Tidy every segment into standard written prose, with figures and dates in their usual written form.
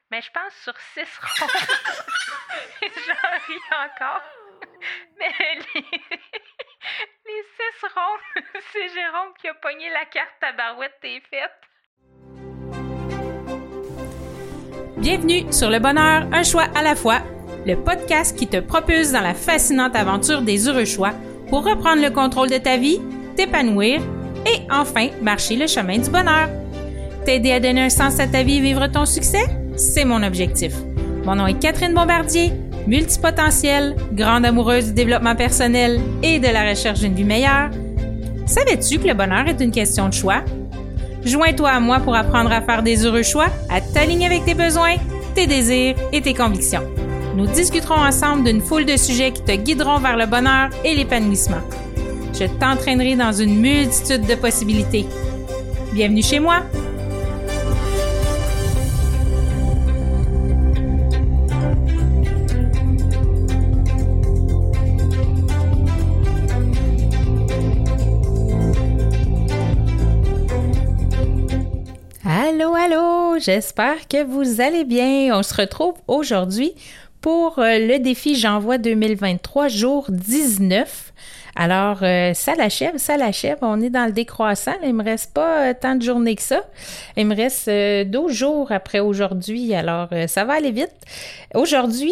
Mais je pense sur 6 ronds. J'en ris encore. Mais les 6 ronds, c'est Jérôme qui a pogné la carte tabarouette des fêtes. Bienvenue sur Le Bonheur, un choix à la fois, le podcast qui te propulse dans la fascinante aventure des heureux choix pour reprendre le contrôle de ta vie, t'épanouir et enfin marcher le chemin du bonheur. T'aider à donner un sens à ta vie et vivre ton succès, c'est mon objectif. Mon nom est Catherine Bombardier, multipotentielle, grande amoureuse du développement personnel et de la recherche d'une vie meilleure. Savais-tu que le bonheur est une question de choix? Joins-toi à moi pour apprendre à faire des heureux choix, à t'aligner avec tes besoins, tes désirs et tes convictions. Nous discuterons ensemble d'une foule de sujets qui te guideront vers le bonheur et l'épanouissement. Je t'entraînerai dans une multitude de possibilités. Bienvenue chez moi! Allô, j'espère que vous allez bien. On se retrouve aujourd'hui pour le défi J'envoie 2023, jour 19. Alors, ça l'achève. On est dans le décroissant. Il me reste pas tant de journées que ça. Il me reste 12 jours après aujourd'hui. Alors, ça va aller vite. Aujourd'hui,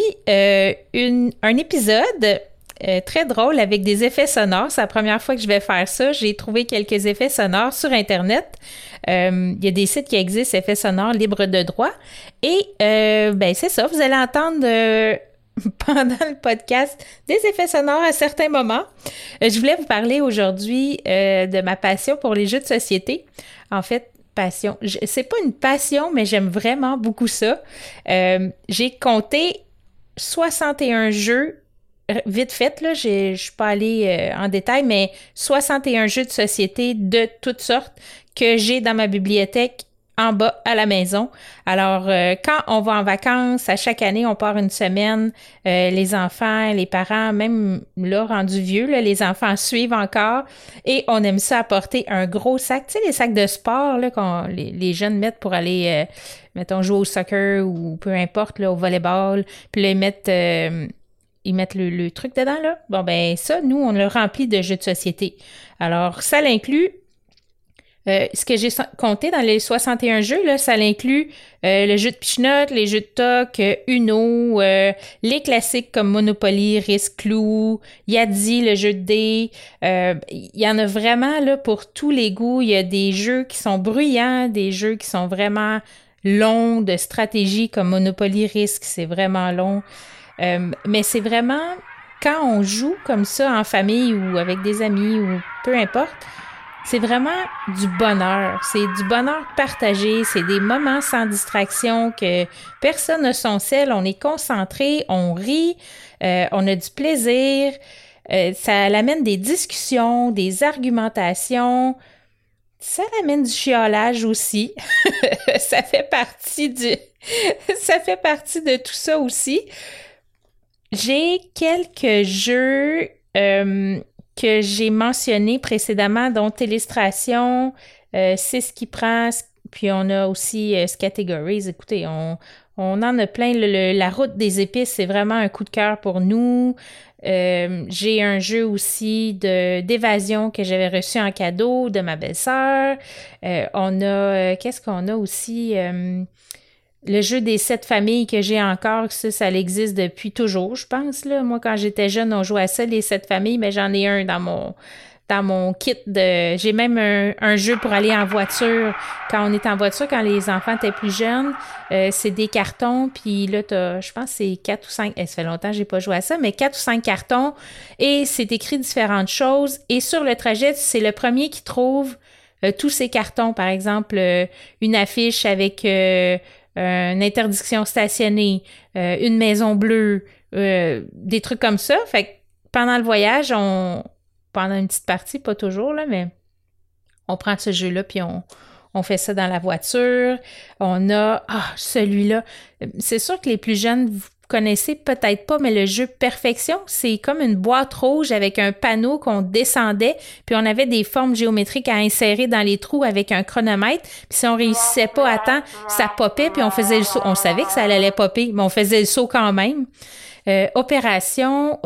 un épisode très drôle avec des effets sonores. C'est la première fois que je vais faire ça. J'ai trouvé quelques effets sonores sur Internet. Il y a des sites qui existent, effets sonores libres de droit. Et c'est ça, vous allez entendre pendant le podcast des effets sonores à certains moments. Je voulais vous parler aujourd'hui de ma passion pour les jeux de société. En fait, passion. C'est pas une passion, mais j'aime vraiment beaucoup ça. J'ai compté 61 jeux. Vite fait, là, je suis pas allée en détail, mais 61 jeux de société de toutes sortes que j'ai dans ma bibliothèque en bas à la maison. Alors, quand on va en vacances, à chaque année, on part une semaine, les enfants, les parents, même là, rendus vieux, là, les enfants suivent encore et on aime ça apporter un gros sac. Tu sais, les sacs de sport là, les jeunes mettent pour aller, mettons, jouer au soccer ou peu importe, là, au volleyball, puis là, ils mettent le truc dedans, là. Bon, ben ça, nous, on le remplit de jeux de société. Alors, ça l'inclut, ce que j'ai compté dans les 61 jeux, là, ça l'inclut le jeu de pichenotte, les jeux de toc, Uno, les classiques comme Monopoly, Risk, Clou, Yadzi, le jeu de dés. Il y en a vraiment là pour tous les goûts. Il y a des jeux qui sont bruyants, des jeux qui sont vraiment longs, de stratégie comme Monopoly, Risk, c'est vraiment long. Mais c'est vraiment, quand on joue comme ça en famille ou avec des amis ou peu importe, c'est vraiment du bonheur. C'est du bonheur partagé. C'est des moments sans distraction que personne n'a son sel. On est concentré, on rit, on a du plaisir. Ça amène des discussions, des argumentations. Ça amène du chiolage aussi. Ça fait partie de tout ça aussi. J'ai quelques jeux que j'ai mentionnés précédemment, dont Illustration, C'est ce qui prend, puis on a aussi Categories. Écoutez, on en a plein. La route des épices, c'est vraiment un coup de cœur pour nous. J'ai un jeu aussi d'évasion que j'avais reçu en cadeau de ma belle-sœur. On a, qu'est-ce qu'on a aussi? Le jeu des 7 familles que j'ai encore, ça existe depuis toujours, je pense. Là. Moi, quand j'étais jeune, on jouait à ça, les 7 familles, mais j'en ai un dans mon kit de... J'ai même un jeu pour aller en voiture. Quand on est en voiture, quand les enfants étaient plus jeunes, c'est des cartons, puis là, je pense que c'est 4 ou 5... ça fait longtemps que j'ai pas joué à ça, mais 4 ou 5 cartons, et c'est écrit différentes choses. Et sur le trajet, c'est le premier qui trouve tous ces cartons. Par exemple, une affiche avec... une interdiction stationnée, une maison bleue, des trucs comme ça. Fait que pendant le voyage, pendant une petite partie, pas toujours, là, mais on prend ce jeu-là puis on fait ça dans la voiture. On a, celui-là. C'est sûr que les plus jeunes, vous connaissez peut-être pas, mais le jeu Perfection, c'est comme une boîte rouge avec un panneau qu'on descendait, puis on avait des formes géométriques à insérer dans les trous avec un chronomètre, puis si on réussissait pas à temps, ça popait, puis on faisait le saut. On savait que ça allait popper, mais on faisait le saut quand même. Opération,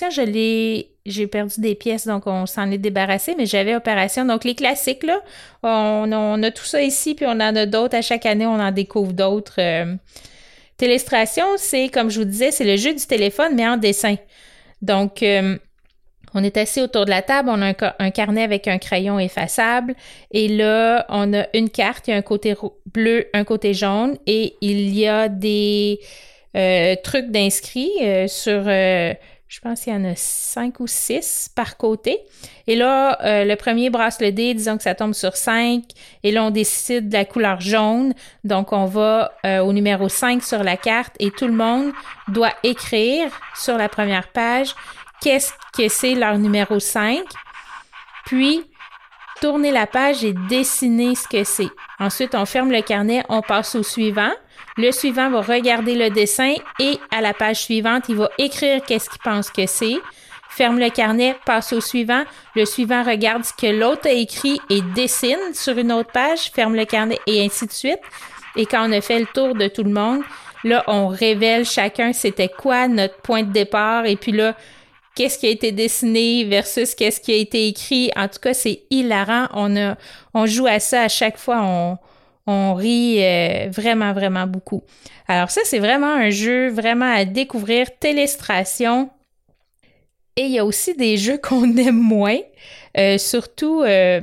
j'ai perdu des pièces, donc on s'en est débarrassé, mais j'avais Opération, donc les classiques, là, on a tout ça ici, puis on en a d'autres, à chaque année, on en découvre d'autres. Télestration, c'est, comme je vous disais, c'est le jeu du téléphone, mais en dessin. Donc, on est assis autour de la table, on a un carnet avec un crayon effaçable, et là, on a une carte, il y a un côté bleu, un côté jaune, et il y a des trucs d'inscrits sur, je pense qu'il y en a 5 ou 6 par côté. Et là, le premier brasse le dé, disons que ça tombe sur 5, et là, on décide de la couleur jaune. Donc, on va au numéro 5 sur la carte, et tout le monde doit écrire sur la première page qu'est-ce que c'est leur numéro 5, puis tourner la page et dessiner ce que c'est. Ensuite, on ferme le carnet, on passe au suivant. Le suivant va regarder le dessin et à la page suivante, il va écrire qu'est-ce qu'il pense que c'est. Ferme le carnet, passe au suivant. Le suivant regarde ce que l'autre a écrit et dessine sur une autre page, ferme le carnet et ainsi de suite. Et quand on a fait le tour de tout le monde, là, on révèle chacun c'était quoi notre point de départ et puis là, qu'est-ce qui a été dessiné versus qu'est-ce qui a été écrit. En tout cas, c'est hilarant. On joue à ça à chaque fois. On rit vraiment, vraiment beaucoup. Alors ça, c'est vraiment un jeu vraiment à découvrir. Télestration. Et il y a aussi des jeux qu'on aime moins. Surtout,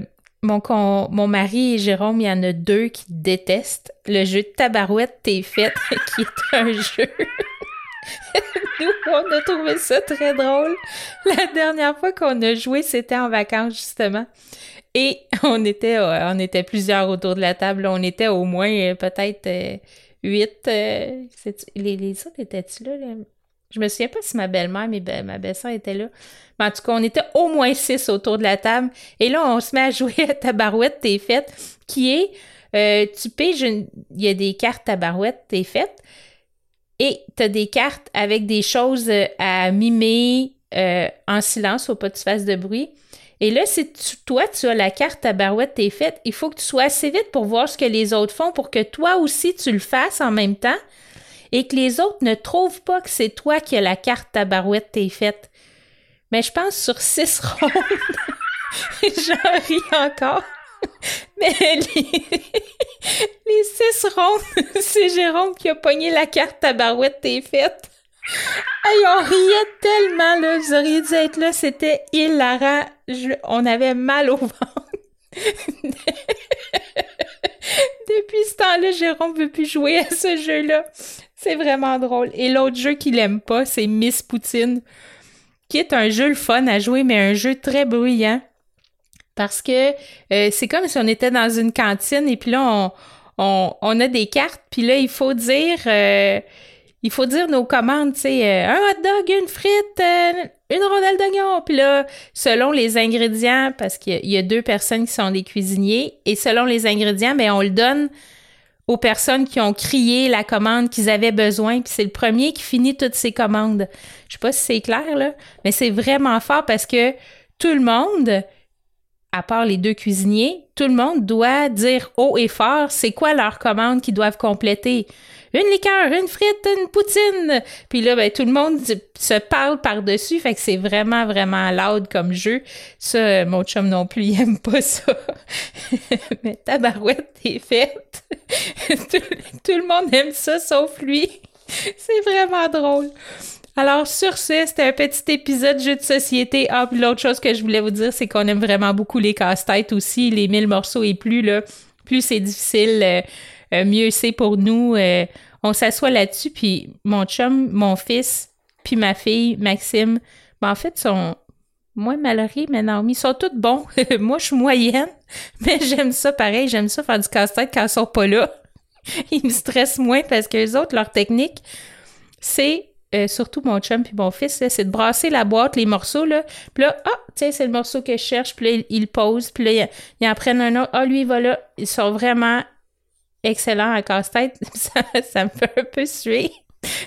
mon mari et Jérôme, il y en a 2 qui détestent. Le jeu Tabarouette T'es faite, qui est un jeu... Nous, on a trouvé ça très drôle. La dernière fois qu'on a joué, c'était en vacances, justement. Et on était plusieurs autour de la table. On était au moins peut-être 8. Les autres étaient-tu là? Je me souviens pas si ma belle-mère, mais ma belle-sœur était là. Mais en tout cas, on était au moins 6 autour de la table. Et là, on se met à jouer à Tabarouette T'es faite, qui est, tu piges, il y a des cartes Tabarouette T'es faite. Et tu as des cartes avec des choses à mimer en silence, faut pas que tu fasses de bruit. Et là, si toi, tu as la carte Tabarouette T'es faite, il faut que tu sois assez vite pour voir ce que les autres font pour que toi aussi, tu le fasses en même temps et que les autres ne trouvent pas que c'est toi qui as la carte Tabarouette T'es faite. Mais je pense sur 6 rondes, j'en ris encore. Mais les 6 rondes, c'est Jérôme qui a pogné la carte Tabarouette T'es faite. Hey, on riait tellement, là. Vous auriez dû être là. C'était hilarant. On avait mal au ventre. Depuis ce temps-là, Jérôme veut plus jouer à ce jeu-là. C'est vraiment drôle. Et l'autre jeu qu'il aime pas, c'est Miss Poutine, qui est un jeu le fun à jouer, mais un jeu très bruyant. Parce que c'est comme si on était dans une cantine et puis là, on a des cartes, puis là, il faut dire nos commandes, tu sais, un hot dog, une frite, une rondelle d'oignon. Puis là, selon les ingrédients, parce qu'il y a 2 personnes qui sont des cuisiniers, et selon les ingrédients, ben on le donne aux personnes qui ont crié la commande qu'ils avaient besoin, puis c'est le premier qui finit toutes ces commandes. Je sais pas si c'est clair, là, mais c'est vraiment fort parce que tout le monde... à part les 2 cuisiniers, tout le monde doit dire haut et fort c'est quoi leur commande qu'ils doivent compléter. Une liqueur, une frite, une poutine. Puis là, ben, tout le monde se parle par-dessus, fait que c'est vraiment, vraiment loud comme jeu. Ça, mon chum non plus, il aime pas ça. Mais Tabarouette T'es faite. Tout le monde aime ça, sauf lui. C'est vraiment drôle. Alors, sur ce, c'était un petit épisode jeu de société. Ah, puis l'autre chose que je voulais vous dire, c'est qu'on aime vraiment beaucoup les casse-têtes aussi. Les 1000 morceaux et plus, là, plus c'est difficile, mieux c'est pour nous. On s'assoit là-dessus, puis mon chum, mon fils, puis ma fille, Maxime, ben en fait, sont moins Mallory, mais Naomi, ils sont tous bons. Moi, je suis moyenne, mais j'aime ça pareil. J'aime ça faire du casse-tête quand ils sont pas là. Ils me stressent moins parce que les autres, leur technique, c'est... surtout mon chum puis mon fils, là, c'est de brasser la boîte, les morceaux, là. Puis là, tiens, c'est le morceau que je cherche. Puis là, ils posent. Puis là, ils en prennent un autre. Lui, il va là. Ils sont vraiment excellents à casse-tête. Ça me fait un peu suer.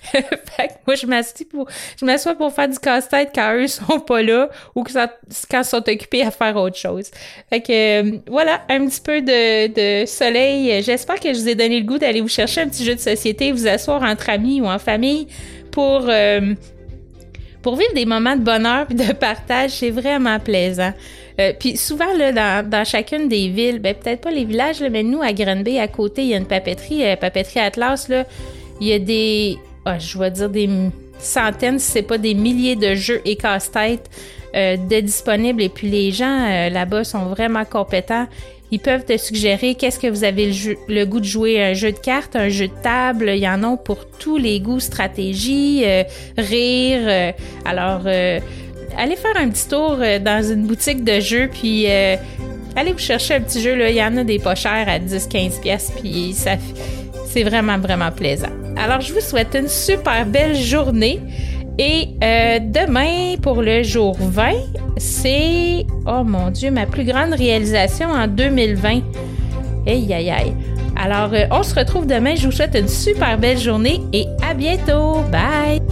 Fait que moi, je m'assois pour faire du casse-tête quand eux sont pas là ou quand ils sont occupés à faire autre chose. Fait que voilà, un petit peu de soleil. J'espère que je vous ai donné le goût d'aller vous chercher un petit jeu de société, vous asseoir entre amis ou en famille pour vivre des moments de bonheur et de partage. C'est vraiment plaisant. Puis souvent, là, dans chacune des villes, peut-être pas les villages, là, mais nous, à Granby, à côté, il y a une papeterie, Papeterie Atlas, là. Il y a je vais dire des centaines, si c'est pas des milliers de jeux et casse-têtes de disponibles. Et puis les gens là-bas sont vraiment compétents. Ils peuvent te suggérer qu'est-ce que vous avez le goût de jouer, un jeu de cartes, un jeu de table. Il y en a pour tous les goûts, stratégie, rire. Alors, allez faire un petit tour dans une boutique de jeux, puis allez vous chercher un petit jeu. Là. Il y en a des pas chers à 10-15 pièces, puis c'est vraiment, vraiment plaisant. Alors, je vous souhaite une super belle journée. Et demain, pour le jour 20, c'est, oh mon Dieu, ma plus grande réalisation en 2020. Aïe, aïe, aïe. Alors, on se retrouve demain. Je vous souhaite une super belle journée et à bientôt. Bye!